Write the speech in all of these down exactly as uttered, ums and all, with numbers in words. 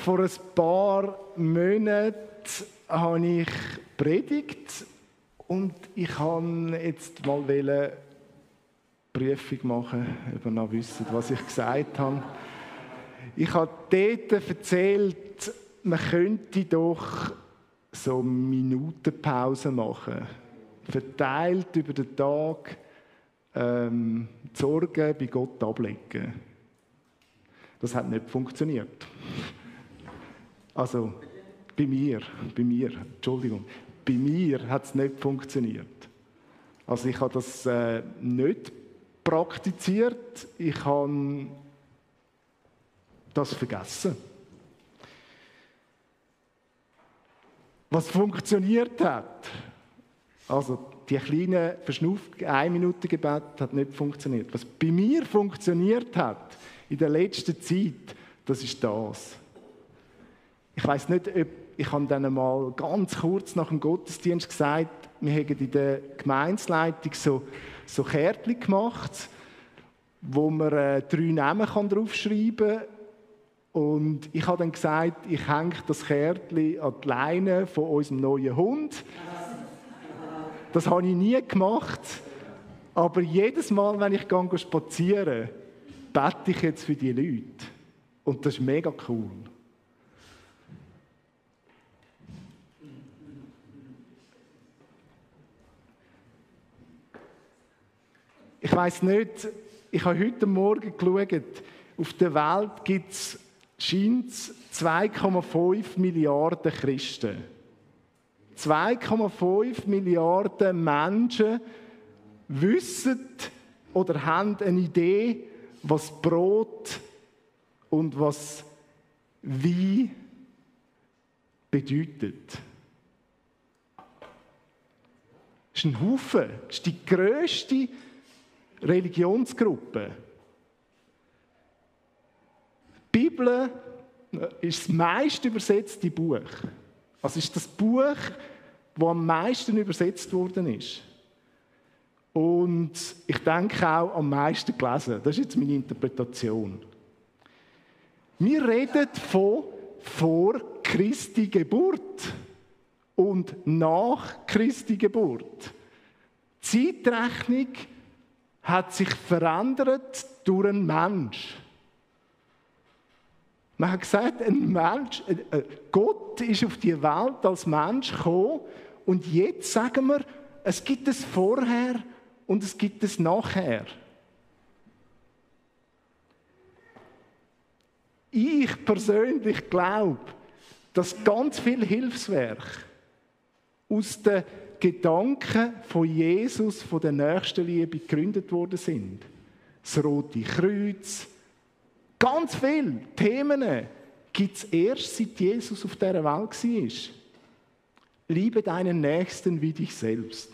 vor ein paar Monaten habe ich predigt und ich wollte jetzt mal eine Prüfung machen, ob ihr noch wisst, was ich gesagt habe. Ich habe dort erzählt, man könnte doch so Minutenpause machen, verteilt über den Tag, ähm, die Sorgen bei Gott ablegen. Das hat nicht funktioniert. Also, bei mir, bei mir, Entschuldigung, bei mir hat es nicht funktioniert. Also ich habe das äh, nicht praktiziert, ich habe das vergessen. Was funktioniert hat, also die kleine verschnupfte ein-Minuten-Gebet hat nicht funktioniert. Was bei mir funktioniert hat in der letzten Zeit, das ist das. Ich weiss nicht, ob ich habe dann mal ganz kurz nach dem Gottesdienst gesagt, wir haben in der Gemeindeleitung so, so Kärtchen gemacht, wo man äh, drei Namen kann draufschreiben kann. Und ich habe dann gesagt, ich hänge das Kärtchen an die Leine von unserem neuen Hund. Das habe ich nie gemacht. Aber jedes Mal, wenn ich gehe spazieren, bete ich jetzt für die Leute. Und das ist mega cool. Ich weiss nicht, ich habe heute Morgen geschaut, auf der Welt gibt es, scheint es, zwei Komma fünf Milliarden Christen. zwei Komma fünf Milliarden Menschen wissen oder haben eine Idee, was Brot und was Wein bedeutet. Das ist ein Haufen. Das ist die grösste Religionsgruppe. Die Bibel ist das meist übersetzte Buch. Also ist das Buch, das am meisten übersetzt worden ist. Und ich denke auch am meisten gelesen. Das ist jetzt meine Interpretation. Wir reden von vor Christi Geburt und nach Christi Geburt. Die Zeitrechnung hat sich verändert durch einen Mensch. Man hat gesagt, ein Mensch, äh, Gott ist auf die Welt als Mensch gekommen und jetzt sagen wir, es gibt es vorher und es gibt es nachher. Ich persönlich glaube, dass ganz viel Hilfswerk aus den Gedanken von Jesus, von der Nächstenliebe gegründet worden sind. Das Rote Kreuz, ganz viele Themen gibt es erst, seit Jesus auf dieser Welt war. Liebe deinen Nächsten wie dich selbst.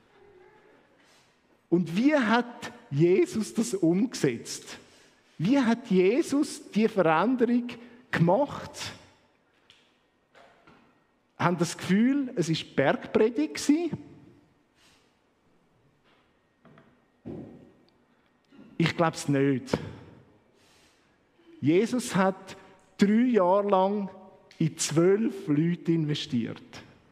Und wie hat Jesus das umgesetzt? Wie hat Jesus die Veränderung gemacht? Haben das Gefühl, es war Bergpredigt gewesen? Ich glaube es nicht. Jesus hat drei Jahre lang in zwölf Leute investiert.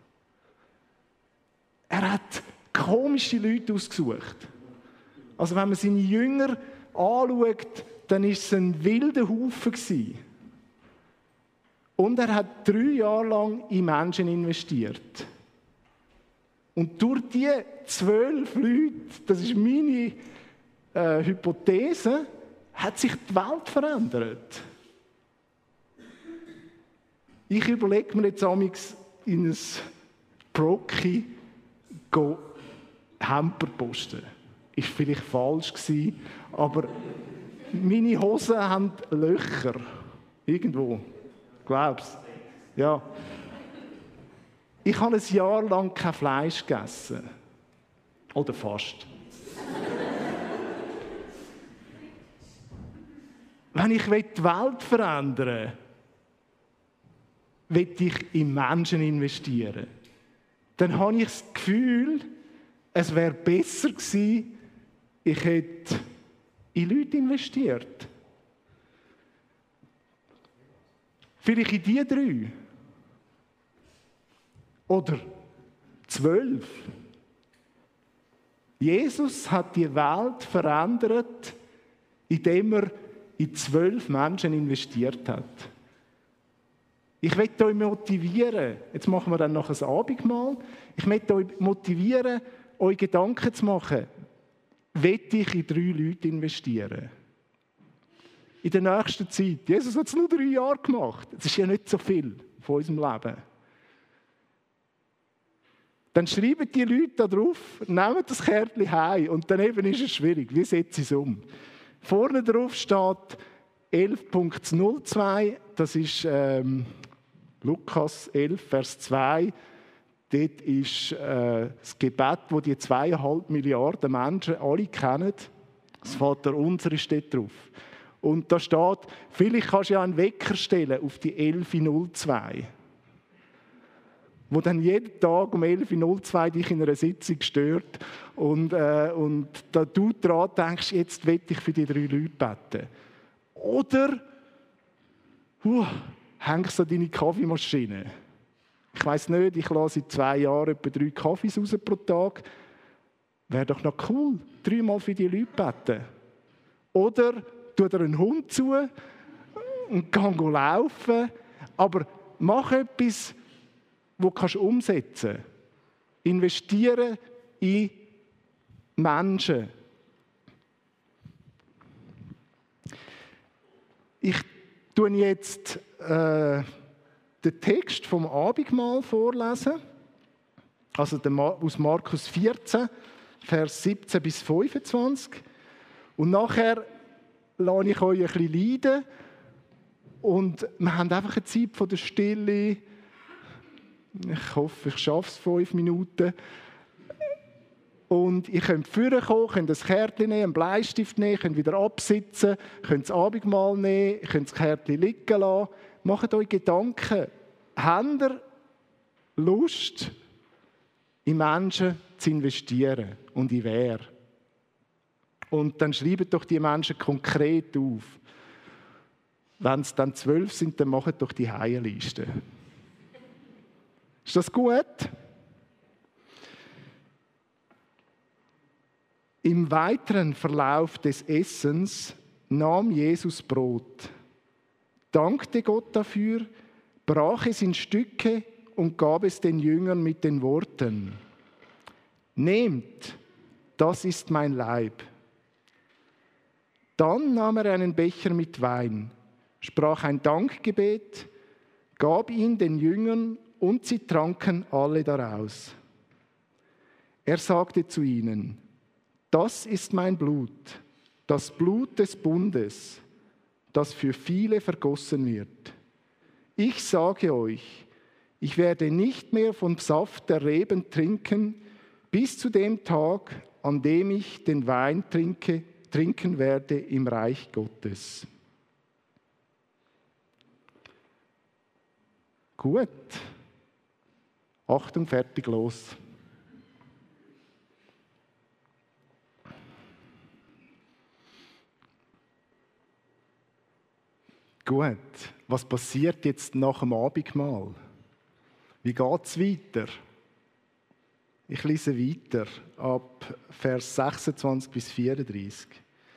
Er hat komische Leute ausgesucht. Also wenn man seine Jünger anschaut, dann war es ein wilder Haufen gewesen. Und er hat drei Jahre lang in Menschen investiert. Und durch diese zwölf Leute, das ist meine äh, Hypothese, hat sich die Welt verändert. Ich überlege mir jetzt amigs in ein Brocki Hemper posten. Ist vielleicht falsch gewesen, aber meine Hosen haben Löcher. Irgendwo. Glaubst du? Ja. Ich habe ein Jahr lang kein Fleisch gegessen. Oder fast. Wenn ich die Welt verändern will, will ich in Menschen investieren. Dann habe ich das Gefühl, es wäre besser gewesen, ich hätte in Leute investiert. Vielleicht in die drei. Oder zwölf. Jesus hat die Welt verändert, indem er in zwölf Menschen investiert hat. Ich möchte euch motivieren, jetzt machen wir dann noch ein Abendmahl, ich möchte euch motivieren, euch Gedanken zu machen, will ich in drei Leute investieren? In der nächsten Zeit. Jesus hat es nur drei Jahre gemacht. Das ist ja nicht so viel von unserem Leben. Dann schreiben die Leute da drauf, nehmen das Kärtchen heim und dann eben ist es schwierig. Wie setze ich es um? Vorne drauf steht elf Punkt null zwei, das ist ähm, Lukas elf, Vers zwei. Dort ist äh, das Gebet, das die zweieinhalb Milliarden Menschen alle kennen. Das Vater unser ist dort drauf. Und da steht, vielleicht kannst du ja einen Wecker stellen auf die elf Uhr null zwei. Wo dann jeden Tag um elf Uhr null zwei dich in einer Sitzung stört und, äh, und da du daran denkst, jetzt will ich für die drei Leute beten. Oder uh, hängst du an deine Kaffeemaschine. Ich weiss nicht, ich lasse seit zwei Jahren etwa drei Kaffees raus pro Tag. Wäre doch noch cool, dreimal für die Leute beten. Oder tu dir einen Hund zu und geh laufen. Aber mach etwas, das kannst du umsetzen kannst. Investiere in Menschen. Ich tue jetzt äh, den Text vom Abendmahl vorlesen, also aus Markus vierzehn, Vers siebzehn bis fünfundzwanzig. Und nachher lasse ich euch ein bisschen leiden und wir haben einfach eine Zeit von der Stille. Ich hoffe, ich schaffe es fünf Minuten. Und ihr könnt vorne kommen, könnt ein Kärtchen nehmen, einen Bleistift nehmen, könnt wieder absitzen, könnt das Abendmahl nehmen, könnt das Kärtchen liegen lassen. Macht euch Gedanken. Habt ihr Lust, in Menschen zu investieren und in wer? Und dann schreibt doch die Menschen konkret auf. Wenn es dann zwölf sind, dann macht doch die Heienliste. Ist das gut? Im weiteren Verlauf des Essens nahm Jesus Brot, dankte Gott dafür, brach es in Stücke und gab es den Jüngern mit den Worten: Nehmt, das ist mein Leib. Dann nahm er einen Becher mit Wein, sprach ein Dankgebet, gab ihn den Jüngern und sie tranken alle daraus. Er sagte zu ihnen: Das ist mein Blut, das Blut des Bundes, das für viele vergossen wird. Ich sage euch, ich werde nicht mehr vom Saft der Reben trinken, bis zu dem Tag, an dem ich den Wein trinke, trinken werde im Reich Gottes. Gut. Achtung, fertig, los. Gut, was passiert jetzt nach dem Abendmahl? Wie geht es weiter? Ich lese weiter, ab Vers sechsundzwanzig bis vierunddreißig.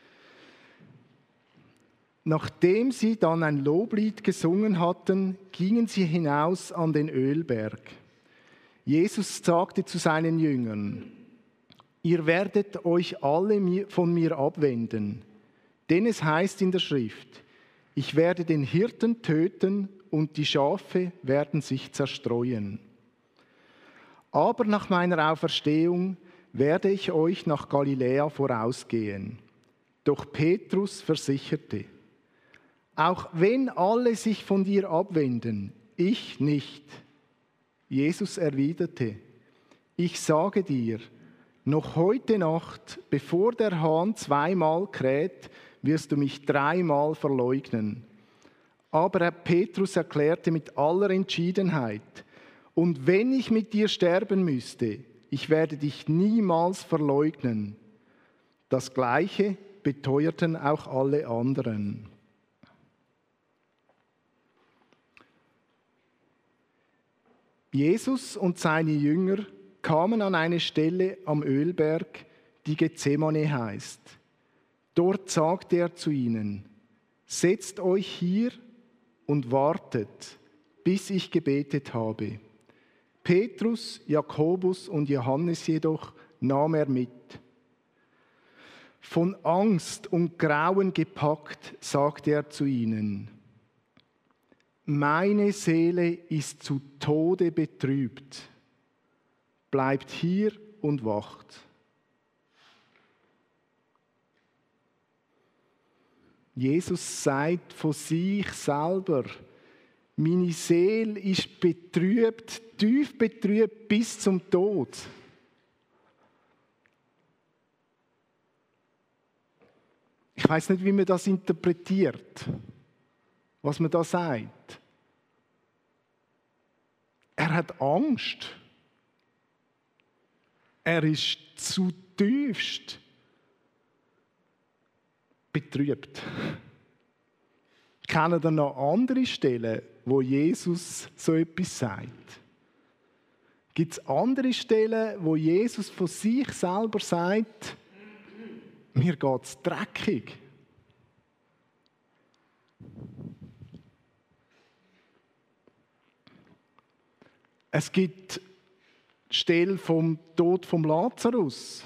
Nachdem sie dann ein Loblied gesungen hatten, gingen sie hinaus an den Ölberg. Jesus sagte zu seinen Jüngern: Ihr werdet euch alle von mir abwenden, denn es heißt in der Schrift: Ich werde den Hirten töten und die Schafe werden sich zerstreuen. Aber nach meiner Auferstehung werde ich euch nach Galiläa vorausgehen. Doch Petrus versicherte: Auch wenn alle sich von dir abwenden, ich nicht. Jesus erwiderte: Ich sage dir, noch heute Nacht, bevor der Hahn zweimal kräht, wirst du mich dreimal verleugnen. Aber Herr Petrus erklärte mit aller Entschiedenheit: Und wenn ich mit dir sterben müsste, ich werde dich niemals verleugnen. Das Gleiche beteuerten auch alle anderen. Jesus und seine Jünger kamen an eine Stelle am Ölberg, die Gethsemane heißt. Dort sagte er zu ihnen: Setzt euch hier und wartet, bis ich gebetet habe. Petrus, Jakobus und Johannes jedoch nahm er mit. Von Angst und Grauen gepackt, sagte er zu ihnen: Meine Seele ist zu Tode betrübt. Bleibt hier und wacht. Jesus sagt von sich selber: Meine Seele ist betrübt, tief betrübt bis zum Tod. Ich weiß nicht, wie man das interpretiert, was man da sagt. Er hat Angst. Er ist zutiefst betrübt. Kennen ihr noch andere Stellen, wo Jesus so etwas sagt? Gibt es andere Stellen, wo Jesus von sich selber sagt: Mir geht es dreckig? Es gibt die Stelle vom Tod von Lazarus.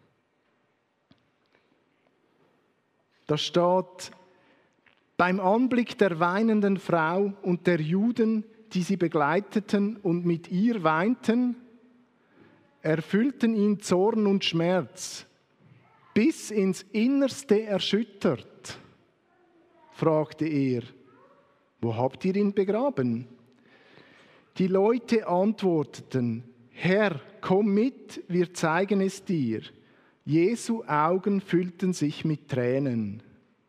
Da steht: Beim Anblick der weinenden Frau und der Juden, die sie begleiteten und mit ihr weinten, erfüllten ihn Zorn und Schmerz, bis ins Innerste erschüttert. Fragte er: Wo habt ihr ihn begraben? Die Leute antworteten: Herr, komm mit, wir zeigen es dir. Jesu Augen füllten sich mit Tränen.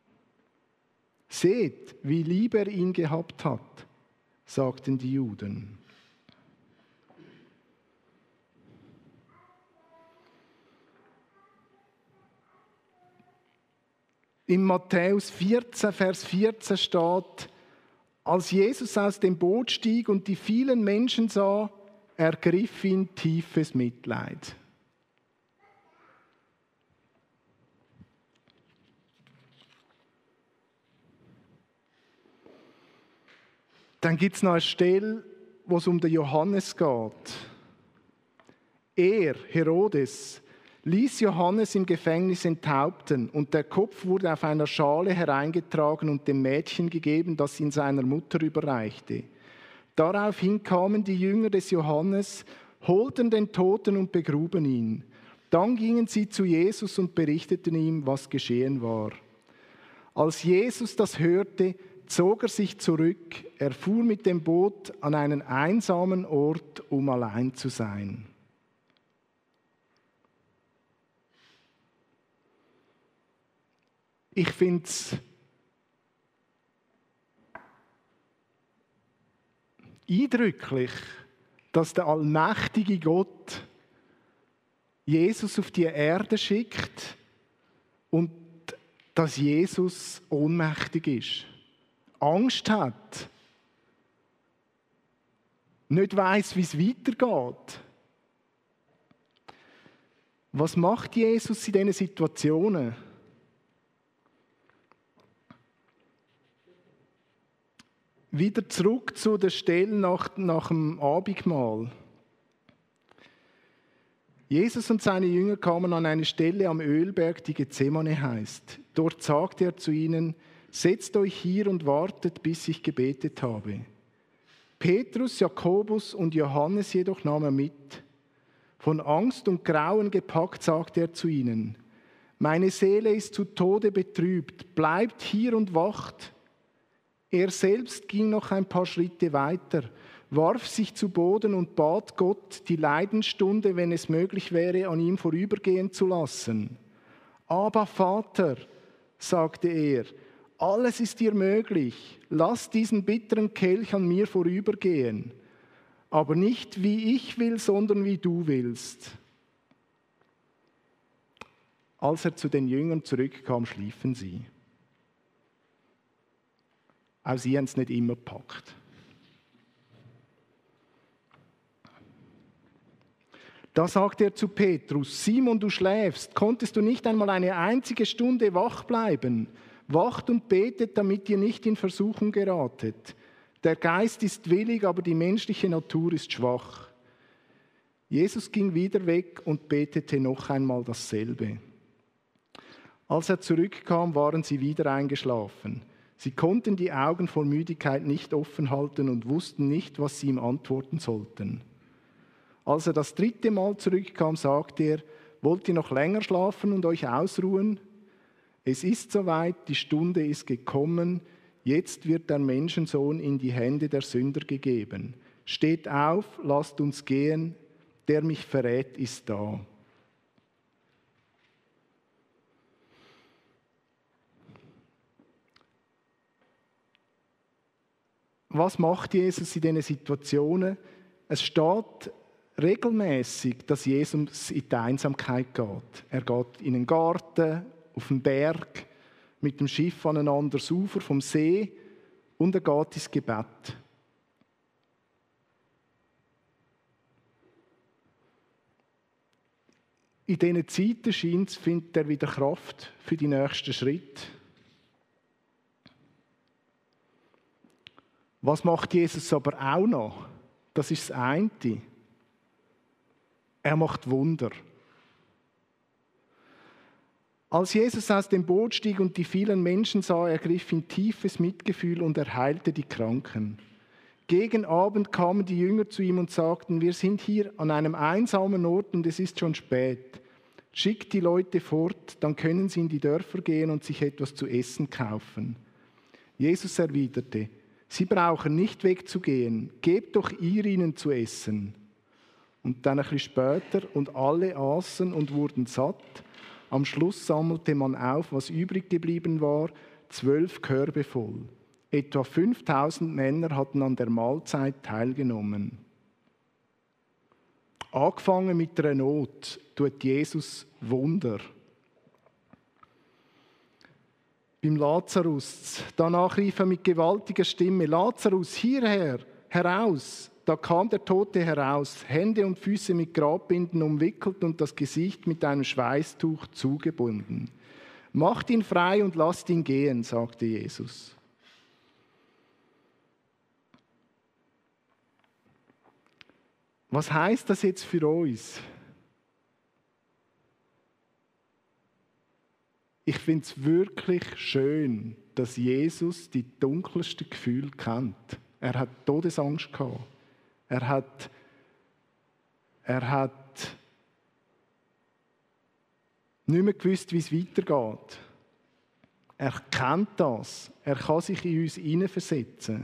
Seht, wie lieb er ihn gehabt hat, sagten die Juden. In Matthäus vierzehn, Vers vierzehn steht: Als Jesus aus dem Boot stieg und die vielen Menschen sah, ergriff ihn tiefes Mitleid. Dann gibt es noch eine Stelle, wo es um den Johannes geht. Er, Herodes, ließ Johannes im Gefängnis enthaupten und der Kopf wurde auf einer Schale hereingetragen und dem Mädchen gegeben, das ihn seiner Mutter überreichte. Daraufhin kamen die Jünger des Johannes, holten den Toten und begruben ihn. Dann gingen sie zu Jesus und berichteten ihm, was geschehen war. Als Jesus das hörte, zog er sich zurück. Er fuhr mit dem Boot an einen einsamen Ort, um allein zu sein. Ich finde es eindrücklich, dass der allmächtige Gott Jesus auf die Erde schickt und dass Jesus ohnmächtig ist, Angst hat, nicht weiss, wie es weitergeht. Was macht Jesus in diesen Situationen? Wieder zurück zu der Stelle nach, nach dem Abendmahl. Jesus und seine Jünger kamen an eine Stelle am Ölberg, die Gethsemane heißt. Dort sagte er zu ihnen: Setzt euch hier und wartet, bis ich gebetet habe. Petrus, Jakobus und Johannes jedoch nahm er mit. Von Angst und Grauen gepackt, sagte er zu ihnen: Meine Seele ist zu Tode betrübt, bleibt hier und wacht. Er selbst ging noch ein paar Schritte weiter, warf sich zu Boden und bat Gott, die Leidensstunde, wenn es möglich wäre, an ihm vorübergehen zu lassen. Aber Vater, sagte er, alles ist dir möglich, lass diesen bitteren Kelch an mir vorübergehen, aber nicht wie ich will, sondern wie du willst. Als er zu den Jüngern zurückkam, schliefen sie. Auch sie haben es nicht immer gepackt. Da sagt er zu Petrus: Simon, du schläfst, konntest du nicht einmal eine einzige Stunde wach bleiben? Wacht und betet, damit ihr nicht in Versuchung geratet. Der Geist ist willig, aber die menschliche Natur ist schwach. Jesus ging wieder weg und betete noch einmal dasselbe. Als er zurückkam, waren sie wieder eingeschlafen. Sie konnten die Augen vor Müdigkeit nicht offen halten und wussten nicht, was sie ihm antworten sollten. Als er das dritte Mal zurückkam, sagte er: Wollt ihr noch länger schlafen und euch ausruhen? Es ist soweit, die Stunde ist gekommen, jetzt wird der Menschensohn in die Hände der Sünder gegeben. Steht auf, lasst uns gehen, der mich verrät, ist da. Was macht Jesus in diesen Situationen? Es steht regelmäßig, dass Jesus in die Einsamkeit geht. Er geht in einen Garten, auf den Berg, mit dem Schiff an ein anderes Ufer vom See und er geht ins Gebet. In diesen Zeiten scheint, findet er wieder Kraft für die nächsten Schritte. Was macht Jesus aber auch noch? Das ist das eine. Er macht Wunder. Als Jesus aus dem Boot stieg und die vielen Menschen sah, ergriff ihn tiefes Mitgefühl und er heilte die Kranken. Gegen Abend kamen die Jünger zu ihm und sagten: Wir sind hier an einem einsamen Ort und es ist schon spät. Schickt die Leute fort, dann können sie in die Dörfer gehen und sich etwas zu essen kaufen. Jesus erwiderte: Sie brauchen nicht wegzugehen, gebt doch ihr ihnen zu essen. Und dann ein bisschen später, und alle aßen und wurden satt. Am Schluss sammelte man auf, was übrig geblieben war, zwölf Körbe voll. Etwa fünftausend Männer hatten an der Mahlzeit teilgenommen. Angefangen mit einer Not tut Jesus Wunder. Beim Lazarus, danach rief er mit gewaltiger Stimme: Lazarus, hierher, heraus! Da kam der Tote heraus, Hände und Füße mit Grabbinden umwickelt und das Gesicht mit einem Schweißtuch zugebunden. Macht ihn frei und lasst ihn gehen, sagte Jesus. Was heißt das jetzt für uns? Ich finde es wirklich schön, dass Jesus die dunkelsten Gefühle kennt. Er hat Todesangst gehabt. Er hat, er hat nicht mehr gewusst, wie es weitergeht. Er kennt das. Er kann sich in uns hineinversetzen.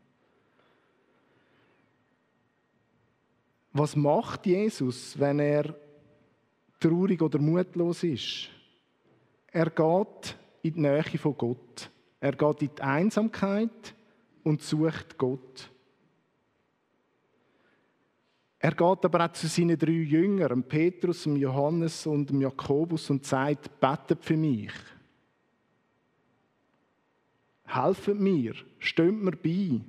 Was macht Jesus, wenn er traurig oder mutlos ist? Er geht in die Nähe von Gott. Er geht in die Einsamkeit und sucht Gott. Er geht aber auch zu seinen drei Jüngern, dem Petrus, dem Johannes und dem Jakobus, und sagt: Betet für mich. Helft mir, steht mir bei.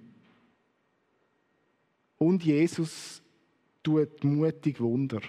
Und Jesus tut mutig Wunder.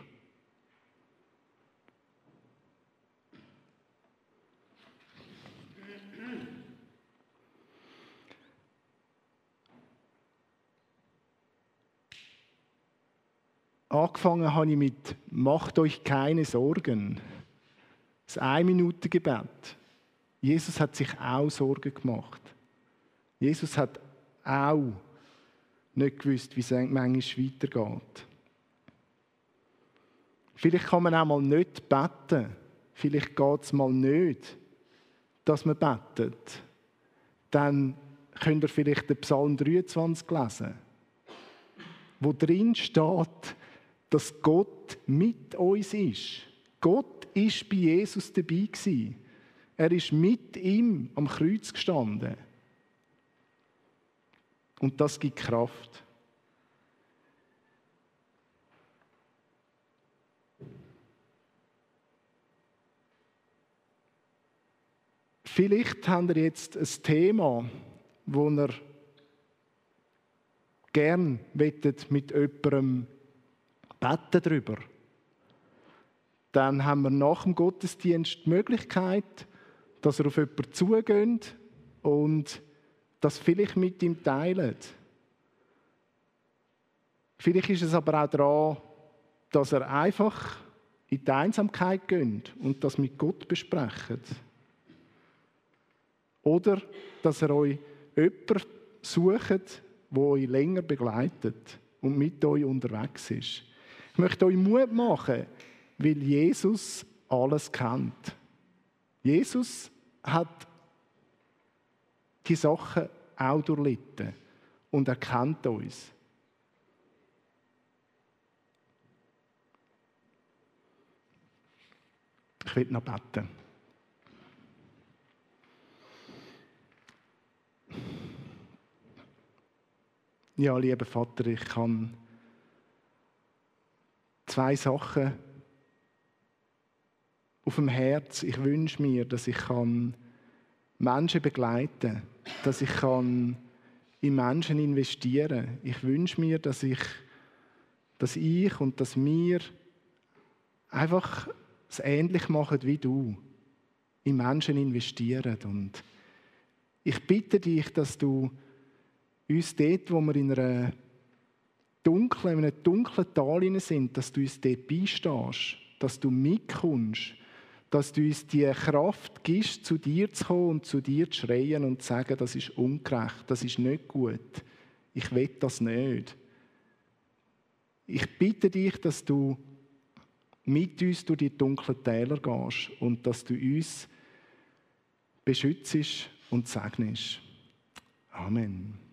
Angefangen habe ich mit «Macht euch keine Sorgen». Das Ein-Minuten-Gebet. Jesus hat sich auch Sorgen gemacht. Jesus hat auch nicht gewusst, wie es manchmal weitergeht. Vielleicht kann man auch mal nicht beten. Vielleicht geht es mal nicht, dass man betet. Dann könnt ihr vielleicht den Psalm dreiundzwanzig lesen, wo drin steht, dass Gott mit uns ist. Gott ist bei Jesus dabei gewesen. Er ist mit ihm am Kreuz gestanden. Und das gibt Kraft. Vielleicht habt ihr jetzt ein Thema, wo ihr gern mit jemandem beten drüber. dann haben wir nach dem Gottesdienst die Möglichkeit, dass ihr auf jemanden zugeht und das vielleicht mit ihm teilt. Vielleicht ist es aber auch daran, dass er einfach in die Einsamkeit geht und das mit Gott besprecht. Oder dass ihr euch jemanden sucht, der euch länger begleitet und mit euch unterwegs ist. Ich möchte euch Mut machen, weil Jesus alles kennt. Jesus hat die Sachen auch durchlitten und er kennt uns. Ich will noch beten. Ja, lieber Vater, ich kann zwei Sachen auf dem Herz. Ich wünsche mir, dass ich kann Menschen begleiten kann, dass ich kann in Menschen investieren kann. Ich wünsche mir, dass ich, dass ich und dass wir einfach es ähnlich machen wie du, in Menschen investieren. Und ich bitte dich, dass du uns dort, wo wir in einer dunklen, in einem dunklen Tal sind, dass du uns dort beistehst, dass du mitkommst, dass du uns die Kraft gibst, zu dir zu kommen und zu dir zu schreien und zu sagen, das ist ungerecht, das ist nicht gut, ich will das nicht. Ich bitte dich, dass du mit uns durch die dunklen Täler gehst und dass du uns beschützt und segnest. Amen.